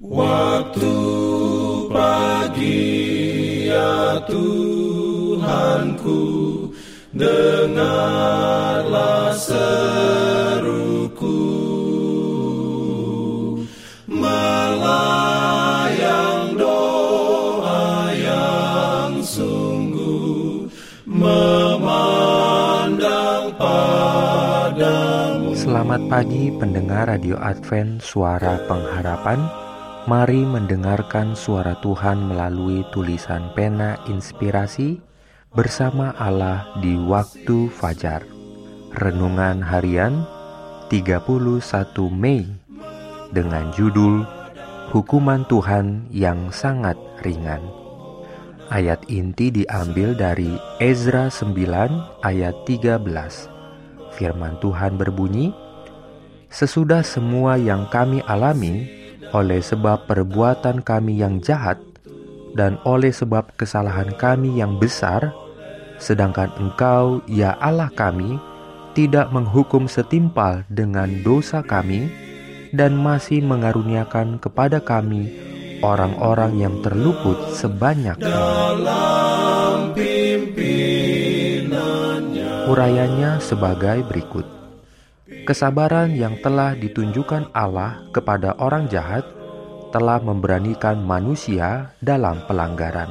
Waktu pagi ya Tuhanku, dengarlah seruku, melayang doa yang sungguh, memandang padamu. Selamat pagi pendengar Radio Advent Suara Pengharapan. Mari mendengarkan suara Tuhan melalui tulisan pena inspirasi bersama Allah di waktu fajar. Renungan harian 31 Mei dengan judul Hukuman Tuhan yang sangat ringan. Ayat inti diambil dari Ezra 9 ayat 13. Firman Tuhan berbunyi, "Sesudah semua yang kami alami oleh sebab perbuatan kami yang jahat dan oleh sebab kesalahan kami yang besar, sedangkan Engkau, ya Allah kami, tidak menghukum setimpal dengan dosa kami dan masih mengaruniakan kepada kami orang-orang yang terluput sebanyak ini." Urayanya sebagai berikut. Kesabaran yang telah ditunjukkan Allah kepada orang jahat telah memberanikan manusia dalam pelanggaran.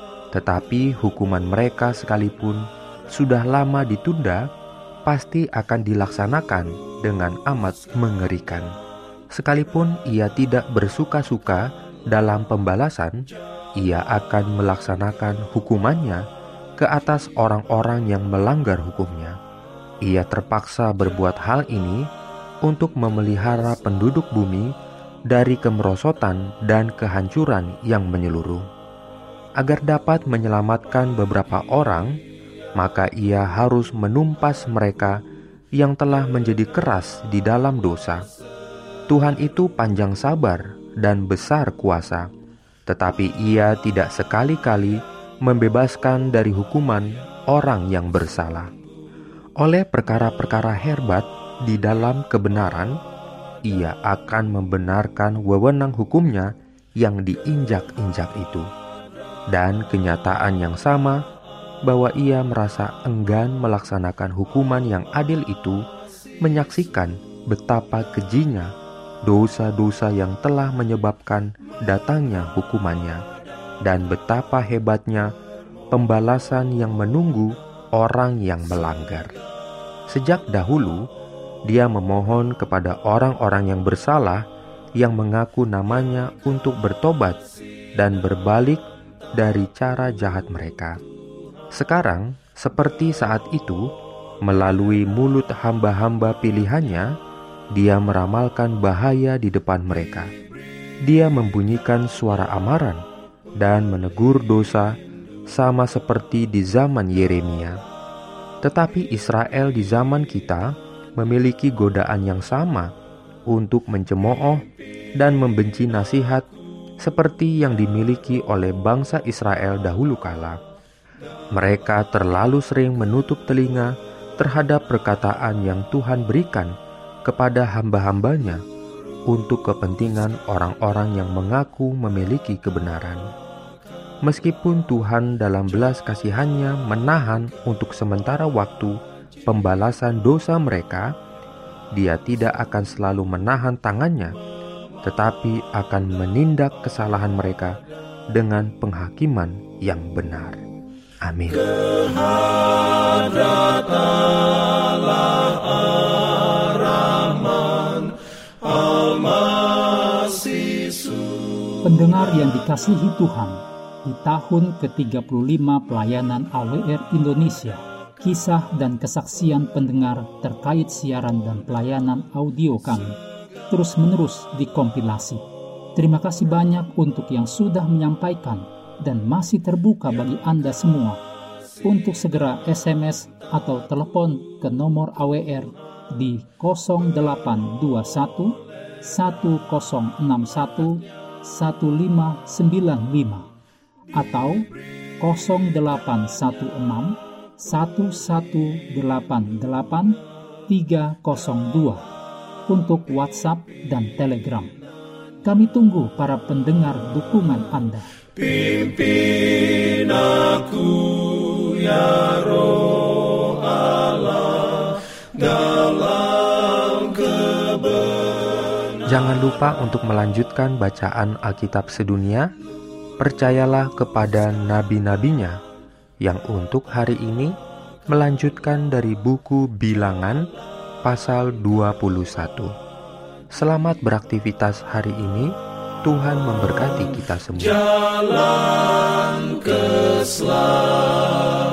Tetapi hukuman mereka sekalipun sudah lama ditunda, pasti akan dilaksanakan dengan amat mengerikan. Sekalipun ia tidak bersuka-suka dalam pembalasan, ia akan melaksanakan hukumannya ke atas orang-orang yang melanggar hukumnya. Ia terpaksa berbuat hal ini untuk memelihara penduduk bumi dari kemerosotan dan kehancuran yang menyeluruh. Agar dapat menyelamatkan beberapa orang, maka ia harus menumpas mereka yang telah menjadi keras di dalam dosa. Tuhan itu panjang sabar dan besar kuasa, tetapi ia tidak sekali-kali membebaskan dari hukuman orang yang bersalah. Oleh perkara-perkara hebat di dalam kebenaran, ia akan membenarkan wewenang hukumnya yang diinjak-injak itu. Dan kenyataan yang sama, bahwa ia merasa enggan melaksanakan hukuman yang adil itu, menyaksikan betapa kejinya dosa-dosa yang telah menyebabkan datangnya hukumannya, dan betapa hebatnya pembalasan yang menunggu orang yang melanggar. Sejak dahulu, dia memohon kepada orang-orang yang bersalah yang mengaku namanya untuk bertobat dan berbalik dari cara jahat mereka. Sekarang, seperti saat itu, melalui mulut hamba-hamba pilihannya, dia meramalkan bahaya di depan mereka. Dia membunyikan suara amaran dan menegur dosa sama seperti di zaman Yeremia. Tetapi Israel di zaman kita memiliki godaan yang sama untuk mencemooh dan membenci nasihat seperti yang dimiliki oleh bangsa Israel dahulu kala. Mereka terlalu sering menutup telinga terhadap perkataan yang Tuhan berikan kepada hamba-hambanya untuk kepentingan orang-orang yang mengaku memiliki kebenaran. Meskipun Tuhan dalam belas kasihannya menahan untuk sementara waktu pembalasan dosa mereka, Dia tidak akan selalu menahan tangannya, tetapi akan menindak kesalahan mereka dengan penghakiman yang benar. Amin. Pendengar yang dikasihi Tuhan, di tahun ke-35 pelayanan AWR Indonesia, kisah dan kesaksian pendengar terkait siaran dan pelayanan audio kami terus-menerus dikompilasi. Terima kasih banyak untuk yang sudah menyampaikan dan masih terbuka bagi Anda semua untuk segera SMS atau telepon ke nomor AWR di 0821 1061 1595 atau 0816 1188 302 untuk WhatsApp dan Telegram. Kami tunggu para pendengar dukungan Anda. Pimpin aku ya Roh Allah dalam kebenaran. Jangan lupa untuk melanjutkan bacaan Alkitab sedunia. Percayalah kepada nabi-nabinya yang untuk hari ini melanjutkan dari buku Bilangan pasal 21. Selamat beraktivitas hari ini. Tuhan memberkati kita semua. Jalan keselamatan.